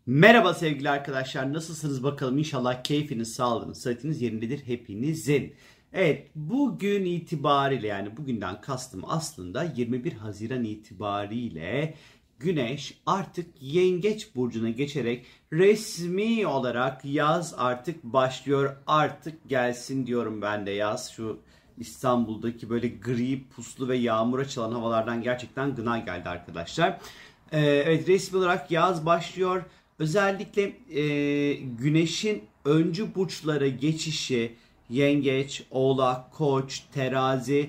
Merhaba sevgili arkadaşlar, nasılsınız bakalım? İnşallah keyfiniz, sağlığınız, sıhhatiniz yerindedir hepinizin. Evet, bugün itibariyle, yani bugünden kastım aslında 21 Haziran itibariyle Güneş artık Yengeç burcuna geçerek resmi olarak yaz artık başlıyor. Artık gelsin diyorum ben de yaz. Şu İstanbul'daki böyle gri, puslu ve yağmura çalan havalardan gerçekten gına geldi arkadaşlar. Evet, resmi olarak yaz başlıyor. Özellikle Güneş'in öncü burçlara geçişi, Yengeç, Oğlak, Koç, Terazi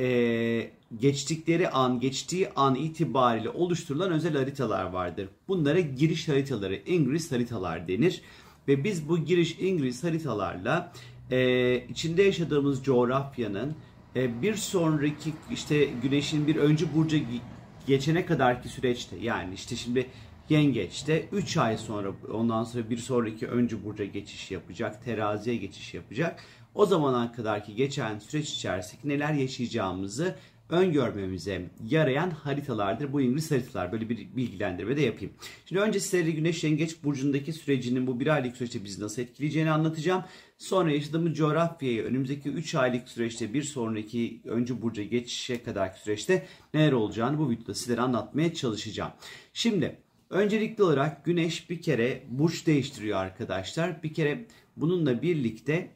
geçtiği an itibariyle oluşturulan özel haritalar vardır. Bunlara giriş haritaları, Ingress haritalar denir. Ve biz bu giriş Ingress haritalarla içinde yaşadığımız coğrafyanın bir sonraki işte Güneş'in bir öncü burca geçene kadarki süreçte, yani işte şimdi Yengeç'te 3 ay sonra, ondan sonra bir sonraki öncü burca geçiş yapacak, teraziye geçiş yapacak. O zamana kadarki geçen süreç içerisinde neler yaşayacağımızı öngörmemize yarayan haritalardır. Bu İngiliz haritalar, böyle bir bilgilendirme de yapayım. Şimdi önce size Güneş Yengeç burcundaki sürecinin bu bir aylık süreçte bizi nasıl etkileyeceğini anlatacağım. Sonra yaşadığımız coğrafyayı önümüzdeki 3 aylık süreçte bir sonraki öncü burca geçişe kadarki süreçte neler olacağını bu videoda sizlere anlatmaya çalışacağım. Şimdi öncelikli olarak Güneş bir kere burç değiştiriyor arkadaşlar. Bir kere bununla birlikte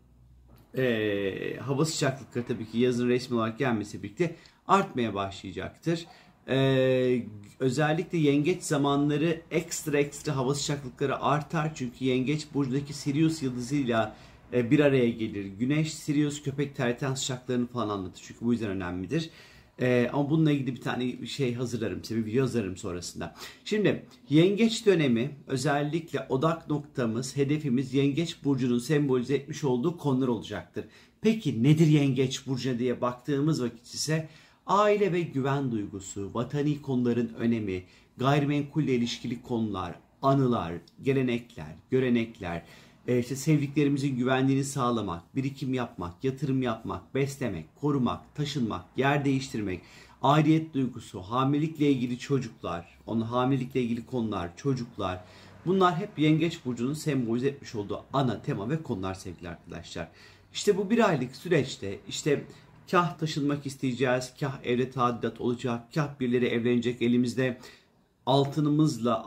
hava sıcaklıkları tabii ki yazın resmi olarak gelmesi birlikte artmaya başlayacaktır. Özellikle yengeç zamanları ekstra hava sıcaklıkları artar. Çünkü yengeç burcundaki Sirius yıldızıyla bir araya gelir. Güneş Sirius köpek terleten sıcaklarını falan anlatır. Çünkü bu yüzden önemlidir. Ama bununla ilgili bir tane şey hazırlarım size, bir video hazırlarım sonrasında. Şimdi yengeç dönemi özellikle odak noktamız, hedefimiz yengeç burcunun sembolize etmiş olduğu konular olacaktır. Peki nedir yengeç burcu diye baktığımız vakit ise aile ve güven duygusu, vatani konuların önemi, gayrimenkulle ilişkili konular, anılar, gelenekler, görenekler, işte sevdiklerimizin güvenliğini sağlamak, birikim yapmak, yatırım yapmak, beslemek, korumak, taşınmak, yer değiştirmek, aidiyet duygusu, hamilelikle ilgili çocuklar, hamilelikle ilgili konular, çocuklar. Bunlar hep Yengeç burcunun sembolize etmiş olduğu ana tema ve konular sevgili arkadaşlar. İşte bu bir aylık süreçte işte kah taşınmak isteyeceğiz, kah evde tadilat olacak, kah birileri evlenecek, elimizde altınımızla,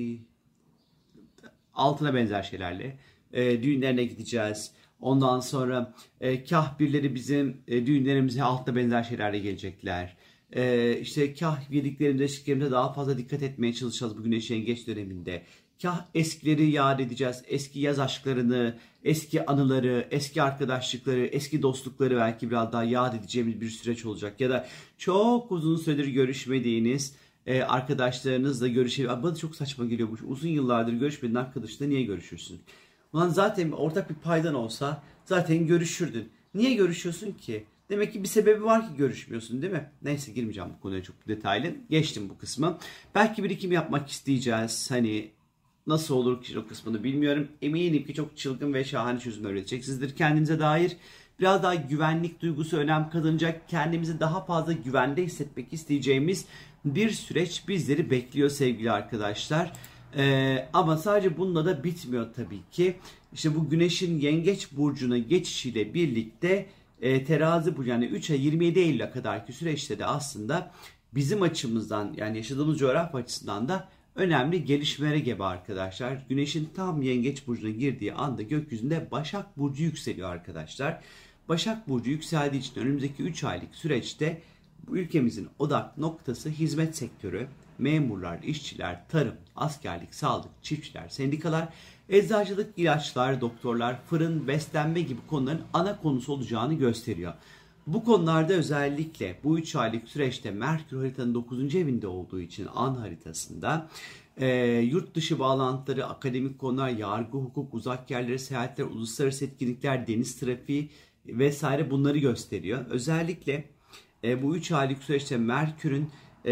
altına benzer şeylerle düğünlerine gideceğiz. Ondan sonra kah birileri bizim düğünlerimize altına benzer şeylerle gelecekler. İşte kah yediklerimize, içtiklerimize daha fazla dikkat etmeye çalışacağız bu Güneş Yengeç döneminde. Kah eskileri yad edeceğiz. Eski yaz aşklarını, eski anıları, eski arkadaşlıkları, eski dostlukları belki biraz daha yad edeceğimiz bir süreç olacak. Ya da çok uzun süredir görüşmediğiniz arkadaşlarınızla görüşebilir. Bana çok saçma geliyor bu. Uzun yıllardır görüşmediğin arkadaşla niye görüşürsün? Ulan zaten ortak bir paydan olsa zaten görüşürdün. Niye görüşüyorsun ki? Demek ki bir sebebi var ki görüşmüyorsun, değil mi? Neyse, girmeyeceğim bu konuya çok detaylı. Geçtim bu kısmı. Belki birikim yapmak isteyeceğiz. Hani nasıl olur ki o kısmını bilmiyorum. Eminim ki çok çılgın ve şahane çözümler üreteceksizdir kendinize dair. Biraz daha güvenlik duygusu önem kazanacak. Kendimizi daha fazla güvende hissetmek isteyeceğimiz bir süreç bizleri bekliyor sevgili arkadaşlar. Ama sadece bununla da bitmiyor tabii ki. İşte bu Güneş'in Yengeç burcuna geçişiyle birlikte Terazi burcu, yani 3 ay 27 Eylül'e kadarki süreçte de aslında bizim açımızdan, yani yaşadığımız coğrafya açısından da önemli gelişmelere gebe arkadaşlar. Güneş'in tam Yengeç burcuna girdiği anda gökyüzünde Başak burcu yükseliyor arkadaşlar. Başak burcu yükseldiği için önümüzdeki 3 aylık süreçte bu ülkemizin odak noktası hizmet sektörü, memurlar, işçiler, tarım, askerlik, sağlık, çiftçiler, sendikalar, eczacılık, ilaçlar, doktorlar, fırın, beslenme gibi konuların ana konusu olacağını gösteriyor. Bu konularda özellikle bu 3 aylık süreçte Merkür haritanın 9. evinde olduğu için an haritasında yurt dışı bağlantıları, akademik konular, yargı, hukuk, uzak yerlere seyahatler, uluslararası etkinlikler, deniz trafiği vesaire bunları gösteriyor. Özellikle bu 3 aylık süreçte Merkür'ün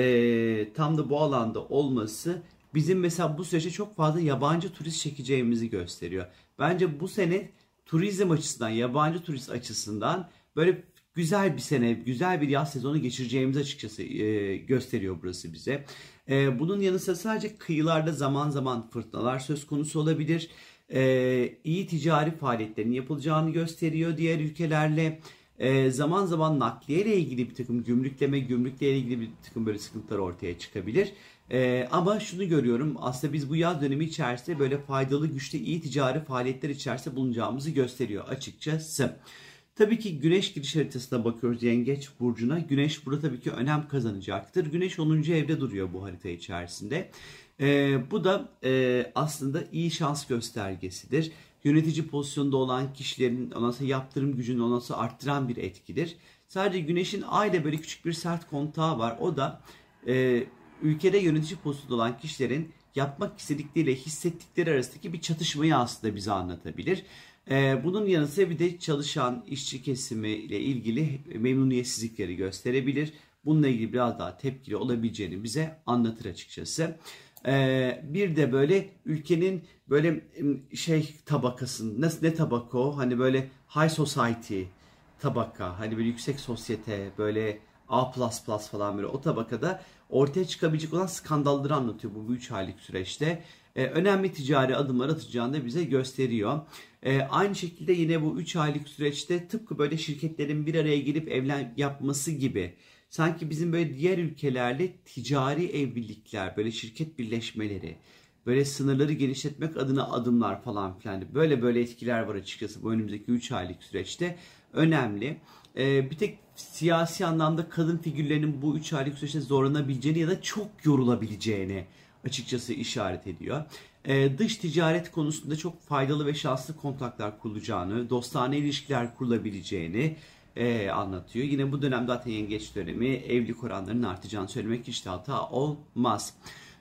tam da bu alanda olması bizim mesela bu süreçte çok fazla yabancı turist çekeceğimizi gösteriyor. Bence bu sene turizm açısından, yabancı turist açısından böyle güzel bir sene, güzel bir yaz sezonu geçireceğimizi açıkçası gösteriyor burası bize. Bunun yanı sıra sadece kıyılarda zaman zaman fırtınalar söz konusu olabilir. İyi ticari faaliyetlerin yapılacağını gösteriyor diğer ülkelerle. Zaman zaman nakliye ile ilgili bir takım gümrükle ilgili bir takım böyle sıkıntılar ortaya çıkabilir. Ama şunu görüyorum, aslında biz bu yaz dönemi içerisinde böyle faydalı, güçlü, iyi ticari faaliyetler içerisinde bulunacağımızı gösteriyor açıkçası. Tabii ki Güneş giriş haritasına bakıyoruz Yengeç burcuna. Güneş burada tabii ki önem kazanacaktır. Güneş 10. evde duruyor bu harita içerisinde. Bu da aslında iyi şans göstergesidir. Yönetici pozisyonda olan kişilerin ondan sonra yaptırım gücünü ondan sonra arttıran bir etkidir. Sadece Güneş'in Ay'la böyle küçük bir sert kontağı var. O da ülkede yönetici pozisyonda olan kişilerin yapmak istedikleriyle hissettikleri arasındaki bir çatışmayı aslında bize anlatabilir. Bunun yanı sıra bir de çalışan işçi kesimi ile ilgili memnuniyetsizlikleri gösterebilir. Bununla ilgili biraz daha tepkili olabileceğini bize anlatır açıkçası. Bir de böyle ülkenin böyle tabakasının, ne tabaka o? Hani böyle high society tabaka, hani böyle yüksek sosyete, böyle A++ falan, böyle o tabakada ortaya çıkabilecek olan skandalları anlatıyor bu 3 aylık süreçte. Önemli ticari adımlar atacağını da bize gösteriyor. Aynı şekilde yine bu 3 aylık süreçte tıpkı böyle şirketlerin bir araya gelip evlen yapması gibi, sanki bizim böyle diğer ülkelerle ticari evlilikler, böyle şirket birleşmeleri, böyle sınırları genişletmek adına adımlar falan filan, böyle etkiler var açıkçası bu önümüzdeki 3 aylık süreçte. Önemli. Bir tek siyasi anlamda kadın figürlerinin bu 3 aylık süreçte zorlanabileceğini ya da çok yorulabileceğini açıkçası işaret ediyor. Dış ticaret konusunda çok faydalı ve şanslı kontaklar kurulacağını, dostane ilişkiler kurulabileceğini anlatıyor. Yine bu dönem zaten yengeç dönemi, evlilik oranlarının artacağını söylemek hiç de hata olmaz.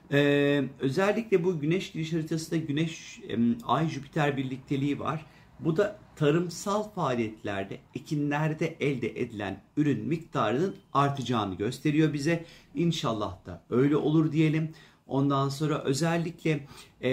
Özellikle bu güneş giriş haritasında güneş ay Jüpiter birlikteliği var. Bu da tarımsal faaliyetlerde, ekinlerde elde edilen ürün miktarının artacağını gösteriyor bize. İnşallah da öyle olur diyelim. Ondan sonra özellikle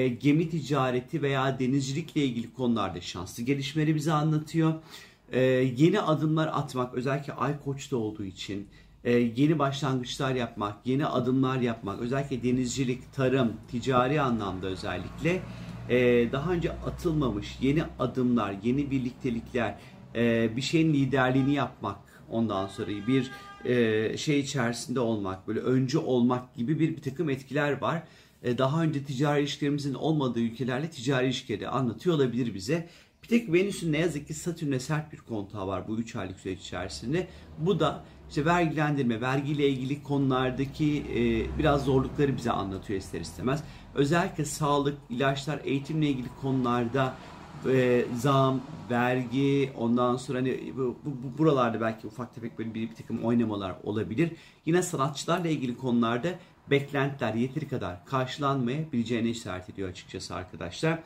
gemi ticareti veya denizcilikle ilgili konularda şanslı gelişmeleri bize anlatıyor. Yeni adımlar atmak, özellikle Ay Koç'ta olduğu için yeni başlangıçlar yapmak, yeni adımlar yapmak, özellikle denizcilik, tarım, ticari anlamda özellikle daha önce atılmamış yeni adımlar, yeni birliktelikler, bir şeyin liderliğini yapmak, ondan sonra bir şey içerisinde olmak, böyle öncü olmak gibi bir takım etkiler var. Daha önce ticari ilişkilerimizin olmadığı ülkelerle ticari ilişkileri anlatıyor olabilir bize. Bir tek Venüs'ün ne yazık ki Satürn'e sert bir kontağı var bu 3 aylık süreç içerisinde. Bu da işte vergilendirme, vergiyle ilgili konulardaki biraz zorlukları bize anlatıyor ister istemez. Özellikle sağlık, ilaçlar, eğitimle ilgili konularda zam, vergi, ondan sonra hani buralarda belki ufak tefek böyle bir takım oynamalar olabilir. Yine sanatçılarla ilgili konularda beklentiler yeteri kadar karşılanmayabileceğine işaret ediyor açıkçası arkadaşlar.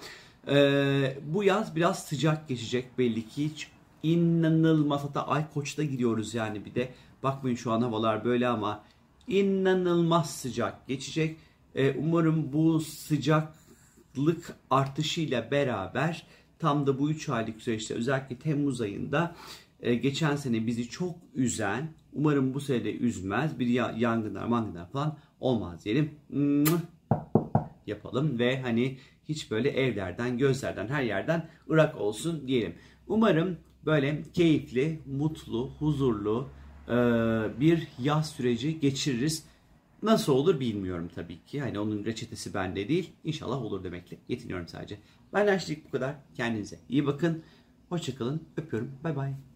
Bu yaz biraz sıcak geçecek belli ki, hiç inanılmaz, hatta Ay Koç'ta gidiyoruz yani, bir de bakmayın şu an havalar böyle ama inanılmaz sıcak geçecek. Umarım bu sıcaklık artışıyla beraber tam da bu 3 aylık süreçte, özellikle Temmuz ayında geçen sene bizi çok üzen, umarım bu sene de üzmez, bir yangınlar falan olmaz diyelim. Yapalım ve hani hiç böyle evlerden, gözlerden, her yerden ırak olsun diyelim. Umarım böyle keyifli, mutlu, huzurlu bir yaz süreci geçiririz. Nasıl olur bilmiyorum tabii ki. Hani onun reçetesi bende değil. İnşallah olur demekle yetiniyorum sadece. Benden şimdilik bu kadar. Kendinize iyi bakın. Hoşça kalın. Öpüyorum. Bay bay.